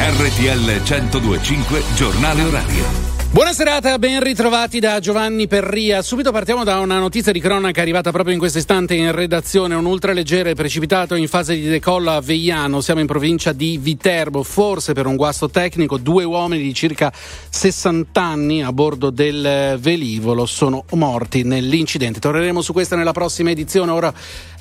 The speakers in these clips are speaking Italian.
RTL 102.5 Giornale Orario. Buona serata, ben ritrovati da Giovanni Perria. Subito partiamo da una notizia di cronaca arrivata proprio in questo istante in redazione. Un ultraleggero è precipitato in fase di decollo a Veiano, siamo in provincia di Viterbo, forse per un guasto tecnico. 2 uomini di circa 60 anni a bordo del velivolo sono morti nell'incidente. Torneremo su questa nella prossima edizione. Ora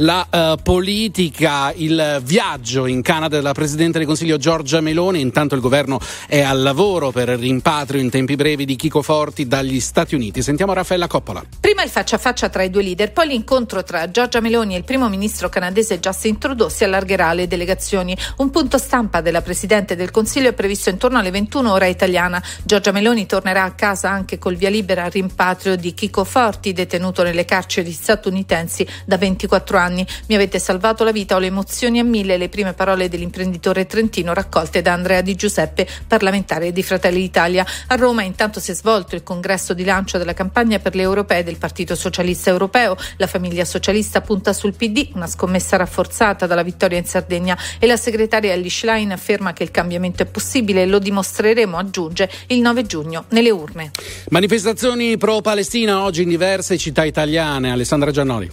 la politica, il viaggio in Canada della Presidente del Consiglio Giorgia Meloni. Intanto il governo è al lavoro per il rimpatrio in tempi brevi di Chico Forti dagli Stati Uniti. Sentiamo Raffaella Coppola. Prima il faccia a faccia tra i due leader, poi l'incontro tra Giorgia Meloni e il primo ministro canadese Justin Trudeau si allargherà alle delegazioni. Un punto stampa della Presidente del Consiglio è previsto intorno alle 21 ora italiana. Giorgia Meloni tornerà a casa anche col via libera al rimpatrio di Chico Forti, detenuto nelle carceri statunitensi da 24 anni. Mi avete salvato la vita, ho le emozioni a 1000, le prime parole dell'imprenditore trentino raccolte da Andrea Di Giuseppe, parlamentare di Fratelli d'Italia. A Roma intanto si è svolto il congresso di lancio della campagna per le europee del Partito Socialista Europeo. La famiglia socialista punta sul PD, una scommessa rafforzata dalla vittoria in Sardegna, e la segretaria Elly Schlein afferma che il cambiamento è possibile e lo dimostreremo, aggiunge, il 9 giugno nelle urne. Manifestazioni pro-Palestina oggi in diverse città italiane. Alessandra Giannoli.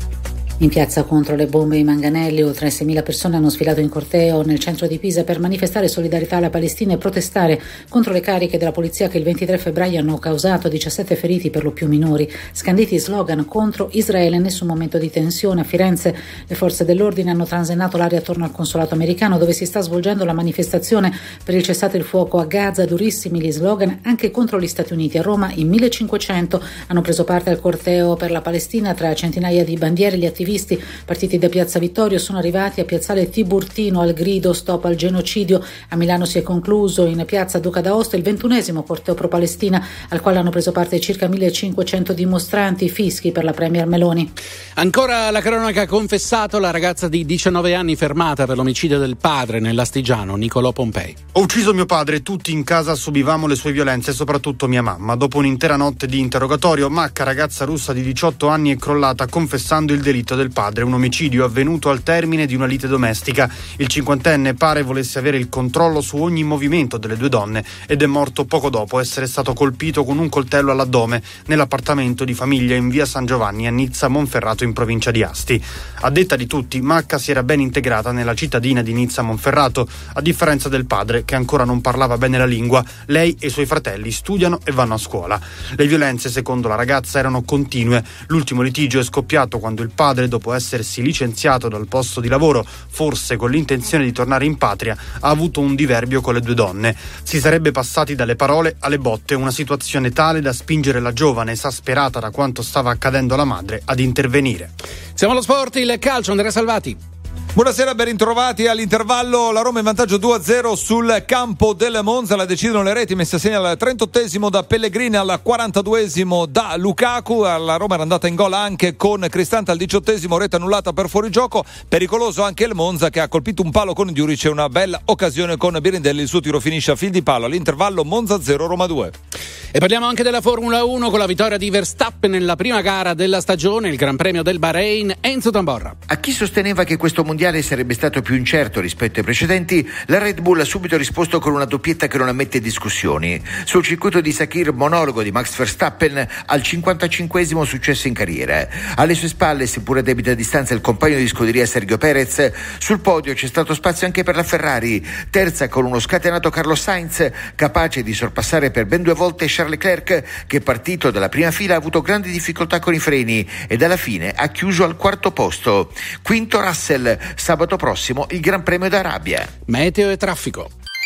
In piazza contro le bombe ai manganelli, oltre 6.000 persone hanno sfilato in corteo nel centro di Pisa per manifestare solidarietà alla Palestina e protestare contro le cariche della polizia che il 23 febbraio hanno causato 17 feriti, per lo più minori. Scanditi slogan contro Israele, nessun momento di tensione. A Firenze le forze dell'ordine hanno transennato l'area attorno al consolato americano, dove si sta svolgendo la manifestazione per il cessate il fuoco a Gaza. Durissimi gli slogan anche contro gli Stati Uniti. A Roma in 1.500 hanno preso parte al corteo per la Palestina. Tra centinaia di bandiere, gli attivisti partiti da Piazza Vittorio sono arrivati a piazzale Tiburtino al grido stop al genocidio. A Milano si è concluso in piazza Duca d'Aosta il 21esimo corteo pro-Palestina, al quale hanno preso parte circa 1.500 dimostranti. Fischi per la premier Meloni. Ancora la cronaca ha confessato la ragazza di 19 anni fermata per l'omicidio del padre nell'Astigiano, Nicolò Pompei. Ho ucciso mio padre, tutti in casa subivamo le sue violenze, soprattutto mia mamma. Dopo un'intera notte di interrogatorio, Macca, ragazza russa di 18 anni, è crollata confessando il delitto del padre, un omicidio avvenuto al termine di una lite domestica. Il 50enne pare volesse avere il controllo su ogni movimento delle due donne ed è morto poco dopo essere stato colpito con un coltello all'addome nell'appartamento di famiglia in via San Giovanni a Nizza Monferrato in provincia di Asti. A detta di tutti, Macca si era ben integrata nella cittadina di Nizza Monferrato, a differenza del padre che ancora non parlava bene la lingua. Lei e i suoi fratelli studiano e vanno a scuola. Le violenze, secondo la ragazza, erano continue. L'ultimo litigio è scoppiato quando il padre, dopo essersi licenziato dal posto di lavoro, forse con l'intenzione di tornare in patria, ha avuto un diverbio con le due donne. Si sarebbe passati dalle parole alle botte, una situazione tale da spingere la giovane, esasperata da quanto stava accadendo alla madre, ad intervenire. Siamo allo sport, il calcio, Andrea Salvati. Buonasera, ben ritrovati. All'intervallo la Roma in vantaggio 2-0 sul campo del Monza, la decidono le reti messe a segno al 38esimo da Pellegrini, al 42esimo da Lukaku. La Roma era andata in gol anche con Cristante al 18esimo, rete annullata per fuorigioco. Pericoloso anche il Monza, che ha colpito un palo con Djuric e una bella occasione con Birindelli. Il suo tiro finisce a fil di palo. All'intervallo Monza 0 Roma 2. E parliamo anche della Formula 1 con la vittoria di Verstappen nella prima gara della stagione, il Gran Premio del Bahrain. Enzo Tamborra. A chi sosteneva che questo mondiale sarebbe stato più incerto rispetto ai precedenti, la Red Bull ha subito risposto con una doppietta che non ammette discussioni. Sul circuito di Sakir, monologo di Max Verstappen al 55esimo successo in carriera. Alle sue spalle, seppur a debita distanza, il compagno di scuderia Sergio Perez. Sul podio c'è stato spazio anche per la Ferrari, terza con uno scatenato Carlos Sainz, capace di sorpassare per ben 2 volte Charles Leclerc, che partito dalla prima fila ha avuto grandi difficoltà con i freni ed alla fine ha chiuso al 4° posto. Quinto Russell. Sabato prossimo il Gran Premio d'Arabia. Meteo e traffico.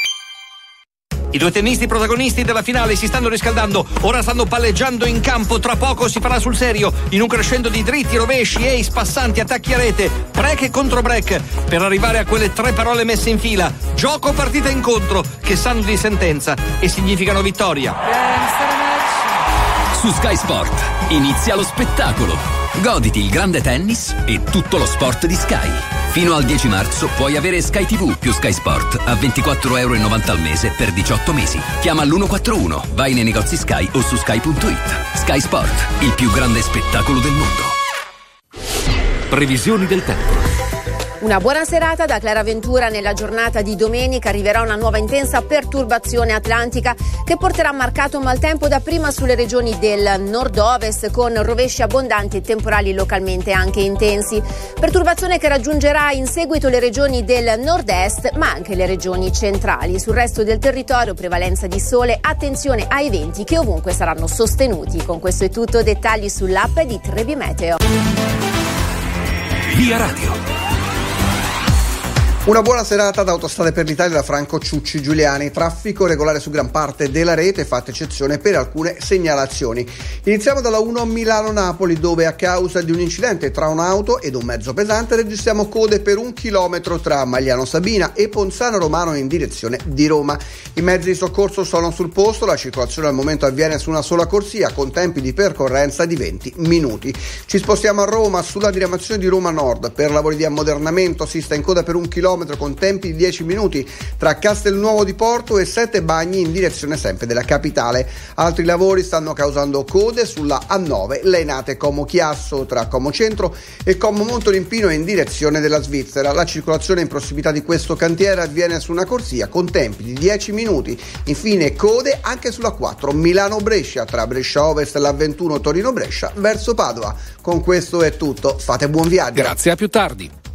I due tennisti protagonisti della finale si stanno riscaldando, ora stanno palleggiando in campo, tra poco si farà sul serio, in un crescendo di dritti, rovesci, ace, passanti, attacchi a rete, break e contro break, per arrivare a quelle 3 parole messe in fila: gioco, partita, incontro, che sanno di sentenza e significano vittoria. Su Sky Sport inizia lo spettacolo. Goditi il grande tennis e tutto lo sport di Sky. Fino al 10 marzo puoi avere Sky TV più Sky Sport a €24,90 al mese per 18 mesi. Chiama l'141, vai nei negozi Sky o su sky.it. Sky Sport, il più grande spettacolo del mondo. Previsioni del tempo. Una buona serata da Clara Ventura. Nella giornata di domenica arriverà una nuova intensa perturbazione atlantica che porterà marcato maltempo dapprima sulle regioni del nord-ovest, con rovesci abbondanti e temporali localmente anche intensi. Perturbazione che raggiungerà in seguito le regioni del nord-est, ma anche le regioni centrali. Sul resto del territorio prevalenza di sole, attenzione ai venti che ovunque saranno sostenuti. Con questo è tutto, dettagli sull'app di Trebi Meteo. Via Radio. Una buona serata da Autostrade per l'Italia da Franco Ciucci Giuliani. Traffico regolare su gran parte della rete, fatta eccezione per alcune segnalazioni. Iniziamo dalla 1 Milano-Napoli, dove a causa di un incidente tra un'auto ed un mezzo pesante registriamo code per 1 chilometro tra Magliano Sabina e Ponzano Romano in direzione di Roma. I mezzi di soccorso sono sul posto, la circolazione al momento avviene su una sola corsia con tempi di percorrenza di 20 minuti. Ci spostiamo a Roma, sulla diramazione di Roma Nord. Per lavori di ammodernamento si sta in coda per 1 chilometro con tempi di 10 minuti tra Castelnuovo di Porto e Sette Bagni in direzione sempre della capitale. Altri lavori stanno causando code sulla A9 Lainate Como Chiasso tra Como Centro e Como Montolimpino in direzione della Svizzera. La circolazione in prossimità di questo cantiere avviene su una corsia con tempi di 10 minuti. Infine code anche sulla 4 Milano-Brescia tra Brescia Ovest e la 21 Torino-Brescia verso Padova. Con questo è tutto, fate buon viaggio. Grazie, a più tardi.